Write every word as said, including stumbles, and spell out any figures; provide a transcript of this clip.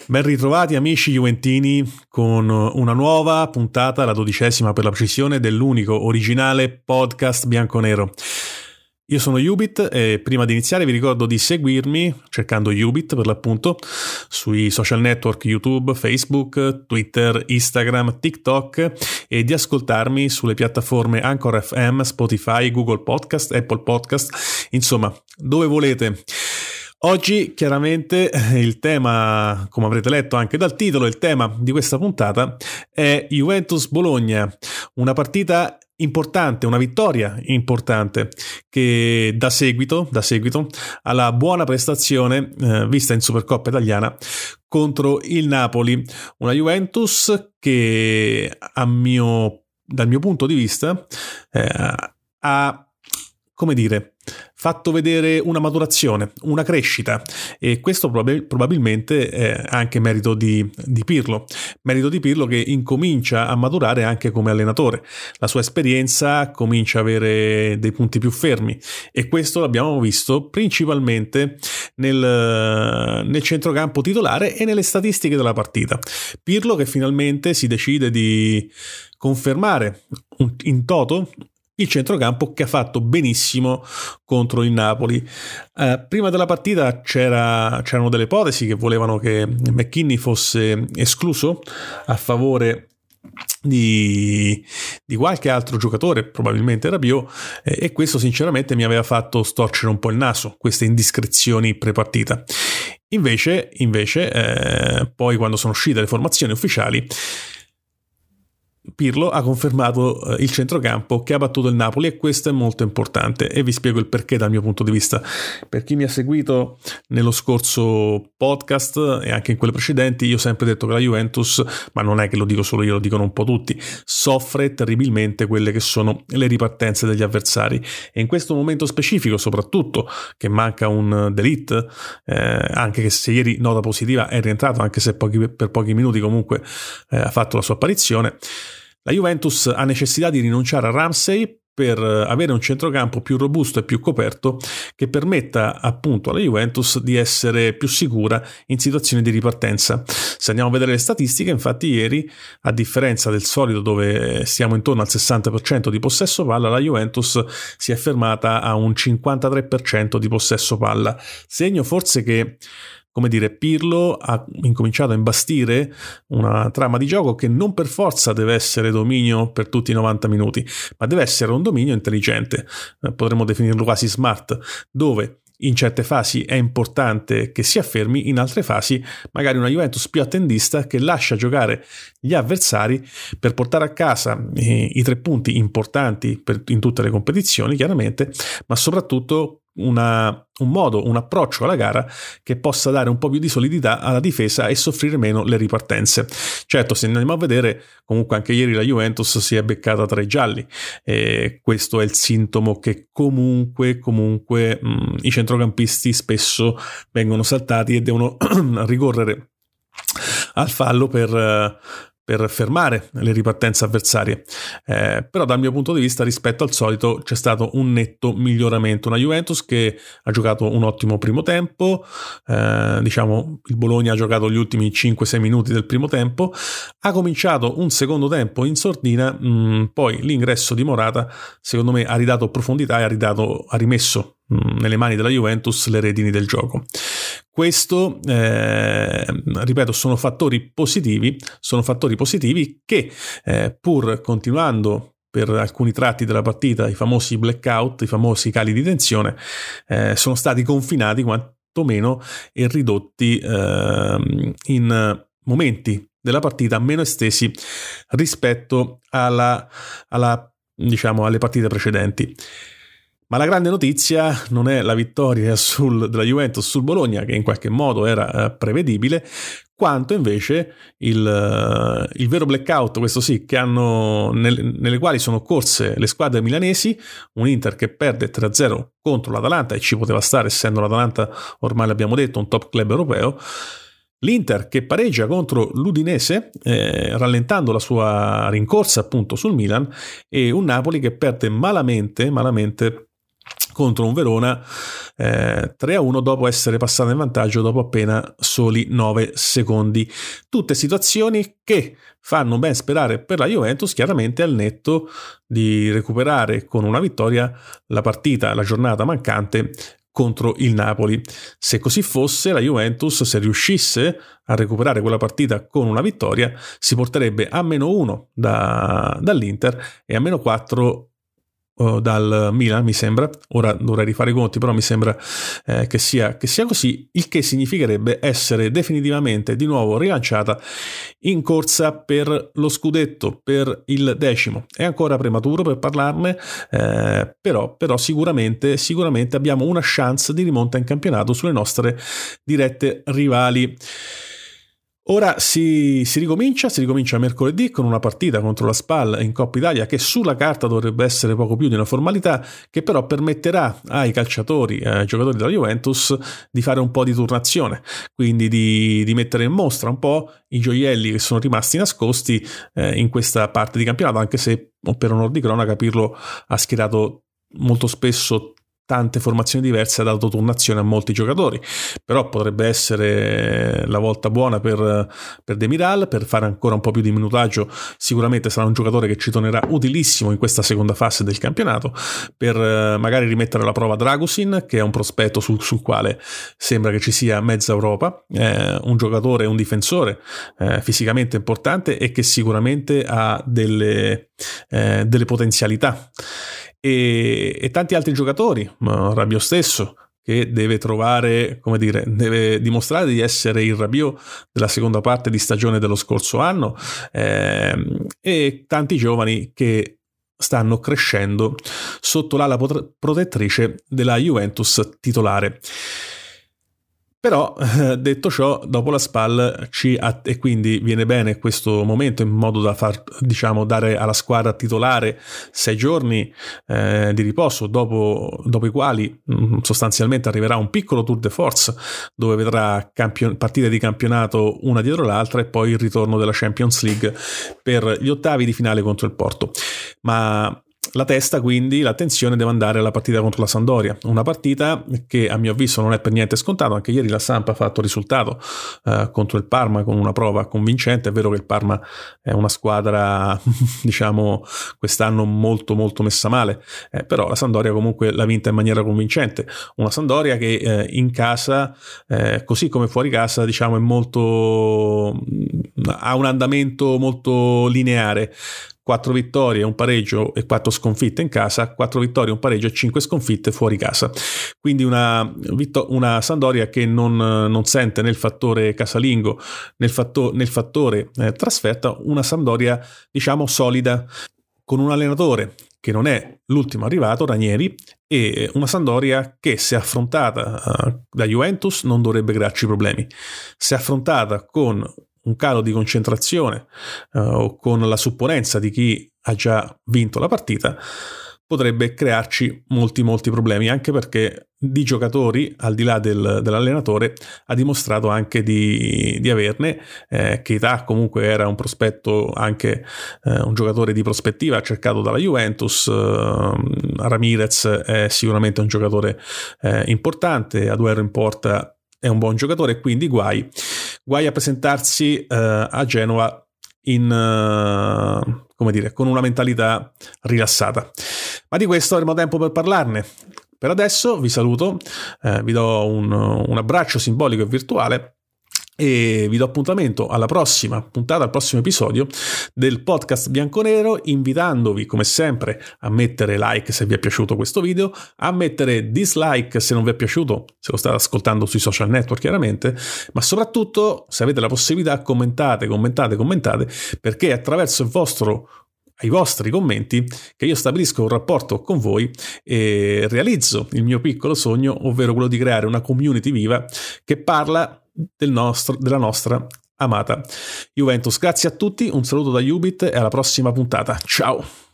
Ben ritrovati amici juventini con una nuova puntata, la dodicesima per la precisione, dell'unico originale podcast bianconero. Io sono Ubit e prima di iniziare vi ricordo di seguirmi cercando Ubit per l'appunto sui social network YouTube, Facebook, Twitter, Instagram, TikTok e di ascoltarmi sulle piattaforme Anchor F M, Spotify, Google Podcast, Apple Podcast, insomma dove volete. Oggi chiaramente il tema, come avrete letto anche dal titolo, il tema di questa puntata è Juventus-Bologna, una partita importante, una vittoria importante che dà seguito, dà seguito alla buona prestazione eh, vista in Supercoppa italiana contro il Napoli, una Juventus che a mio, dal mio punto di vista eh, ha, come dire, fatto vedere una maturazione, una crescita, e questo probab- probabilmente è anche merito di, di Pirlo, merito di Pirlo che incomincia a maturare anche come allenatore, la sua esperienza comincia a avere dei punti più fermi e questo l'abbiamo visto principalmente nel, nel centrocampo titolare e nelle statistiche della partita. Pirlo che finalmente si decide di confermare un, in toto il centrocampo che ha fatto benissimo contro il Napoli. Eh, prima della partita c'era, c'erano delle ipotesi che volevano che McKennie fosse escluso a favore di, di qualche altro giocatore, probabilmente Rabiot, eh, e questo sinceramente mi aveva fatto storcere un po' il naso, queste indiscrezioni pre-partita. Invece, invece eh, poi quando sono uscite le formazioni ufficiali, Pirlo ha confermato eh, il centrocampo che ha battuto il Napoli e questo è molto importante e vi spiego il perché dal mio punto di vista. Per chi mi ha seguito nello scorso podcast e anche in quelle precedenti, io ho sempre detto che la Juventus, ma non è che lo dico solo io, lo dicono un po' tutti, soffre terribilmente quelle che sono le ripartenze degli avversari e in questo momento specifico soprattutto che manca un De Ligt, eh, anche che se ieri nota positiva è rientrato anche se pochi, per pochi minuti comunque eh, ha fatto la sua apparizione. La Juventus ha necessità di rinunciare a Ramsey per avere un centrocampo più robusto e più coperto che permetta appunto alla Juventus di essere più sicura in situazioni di ripartenza. Se andiamo a vedere le statistiche, infatti ieri, a differenza del solito dove siamo intorno al sessanta per cento di possesso palla, la Juventus si è fermata a un cinquantatré per cento di possesso palla, segno forse che, come dire, Pirlo ha incominciato a imbastire una trama di gioco che non per forza deve essere dominio per tutti i novanta minuti, ma deve essere un dominio intelligente, eh, potremmo definirlo quasi smart, dove in certe fasi è importante che si affermi, in altre fasi magari una Juventus più attendista che lascia giocare gli avversari per portare a casa i, i tre punti importanti per, in tutte le competizioni chiaramente, ma soprattutto Una, un modo, un approccio alla gara che possa dare un po' più di solidità alla difesa e soffrire meno le ripartenze. Certo, se andiamo a vedere, comunque anche ieri la Juventus si è beccata tra i gialli e questo è il sintomo che comunque, comunque mh, i centrocampisti spesso vengono saltati e devono ricorrere al fallo per per fermare le ripartenze avversarie, eh, però dal mio punto di vista rispetto al solito c'è stato un netto miglioramento, una Juventus che ha giocato un ottimo primo tempo, eh, diciamo il Bologna ha giocato gli ultimi cinque sei minuti del primo tempo, ha cominciato un secondo tempo in sordina, mh, poi l'ingresso di Morata secondo me ha ridato profondità e ha, ridato, ha rimesso mh, nelle mani della Juventus le redini del gioco. Questo, eh, ripeto, sono fattori positivi, sono fattori positivi che eh, pur continuando per alcuni tratti della partita i famosi blackout, i famosi cali di tensione, eh, sono stati confinati quantomeno e ridotti eh, in momenti della partita meno estesi rispetto alla, alla, diciamo, alle partite precedenti. Ma la grande notizia non è la vittoria sul, della Juventus sul Bologna, che in qualche modo era eh, prevedibile, quanto invece il, uh, il vero blackout, questo sì, che hanno, nel, nelle quali sono corse le squadre milanesi, un Inter che perde tre a zero contro l'Atalanta, e ci poteva stare essendo l'Atalanta, ormai l'abbiamo detto, un top club europeo, l'Inter che pareggia contro l'Udinese, eh, rallentando la sua rincorsa appunto sul Milan, e un Napoli che perde malamente, malamente contro un Verona eh, tre a uno dopo essere passata in vantaggio dopo appena soli nove secondi. Tutte situazioni che fanno ben sperare per la Juventus, chiaramente al netto di recuperare con una vittoria la partita, la giornata mancante contro il Napoli. Se così fosse, la Juventus, se riuscisse a recuperare quella partita con una vittoria, si porterebbe a meno uno da, dall'Inter e a meno quattro dal Milan, mi sembra. Ora dovrei rifare i conti, però mi sembra eh, che sia, che sia così, il che significherebbe essere definitivamente di nuovo rilanciata in corsa per lo scudetto, per il decimo. È ancora prematuro per parlarne, eh, però, però sicuramente, sicuramente abbiamo una chance di rimonta in campionato sulle nostre dirette rivali. Ora si, si ricomincia, si ricomincia mercoledì con una partita contro la Spal in Coppa Italia che sulla carta dovrebbe essere poco più di una formalità, che però permetterà ai calciatori, ai giocatori della Juventus di fare un po' di turnazione, quindi di, di mettere in mostra un po' i gioielli che sono rimasti nascosti eh, in questa parte di campionato, anche se per onor di cronaca Pirlo ha schierato molto spesso tante formazioni diverse, ha dato turnazione a molti giocatori, però potrebbe essere la volta buona per, per Demiral, per fare ancora un po' più di minutaggio. Sicuramente sarà un giocatore che ci tornerà utilissimo in questa seconda fase del campionato, per magari rimettere alla prova Dragusin, che è un prospetto sul, sul quale sembra che ci sia mezza Europa, eh, un giocatore, un difensore eh, fisicamente importante e che sicuramente ha delle, eh, delle potenzialità. E, e tanti altri giocatori, Rabiot stesso, che deve trovare, come dire, deve dimostrare di essere il Rabiot della seconda parte di stagione dello scorso anno, ehm, e tanti giovani che stanno crescendo sotto l'ala protettrice della Juventus titolare. Però, detto ciò, dopo la Spal ci att- e quindi viene bene questo momento in modo da far, diciamo, dare alla squadra titolare sei giorni eh, di riposo, dopo, dopo i quali mh, sostanzialmente arriverà un piccolo tour de force dove vedrà campion- partite di campionato una dietro l'altra e poi il ritorno della Champions League per gli ottavi di finale contro il Porto. Ma la testa, quindi, l'attenzione deve andare alla partita contro la Sampdoria, una partita che a mio avviso non è per niente scontato. Anche ieri la Samp ha fatto risultato eh, contro il Parma con una prova convincente. È vero che il Parma è una squadra diciamo quest'anno molto molto messa male, eh, però la Sampdoria comunque l'ha vinta in maniera convincente, una Sampdoria che eh, in casa eh, così come fuori casa diciamo è molto ha un andamento molto lineare. Quattro vittorie, un pareggio e quattro sconfitte in casa, quattro vittorie, un pareggio e cinque sconfitte fuori casa. Quindi una, una Sampdoria che non, non sente nel fattore casalingo, nel, fatto, nel fattore eh, trasferta, una Sampdoria diciamo solida, con un allenatore che non è l'ultimo arrivato, Ranieri, e una Sampdoria che, se affrontata uh, da Juventus, non dovrebbe crearci problemi. Se affrontata con un calo di concentrazione uh, o con la supponenza di chi ha già vinto la partita, potrebbe crearci molti molti problemi, anche perché di giocatori, al di là del, dell'allenatore, ha dimostrato anche di, di averne. eh, Keita comunque era un prospetto, anche eh, un giocatore di prospettiva cercato dalla Juventus. eh, Ramirez è sicuramente un giocatore eh, importante, Aguero in porta è un buon giocatore, quindi guai guai a presentarsi uh, a Genova in uh, come dire, con una mentalità rilassata. Ma di questo avremo tempo per parlarne. Per adesso vi saluto, eh, vi do un, un abbraccio simbolico e virtuale e vi do appuntamento alla prossima puntata, al prossimo episodio del podcast bianconero, invitandovi come sempre a mettere like se vi è piaciuto questo video, a mettere dislike se non vi è piaciuto, se lo state ascoltando sui social network chiaramente, ma soprattutto, se avete la possibilità, commentate, commentate, commentate, perché attraverso il vostro ai vostri commenti che io stabilisco un rapporto con voi e realizzo il mio piccolo sogno, ovvero quello di creare una community viva che parla del nostro, della nostra amata Juventus. Grazie a tutti, un saluto da Ubit e alla prossima puntata. Ciao!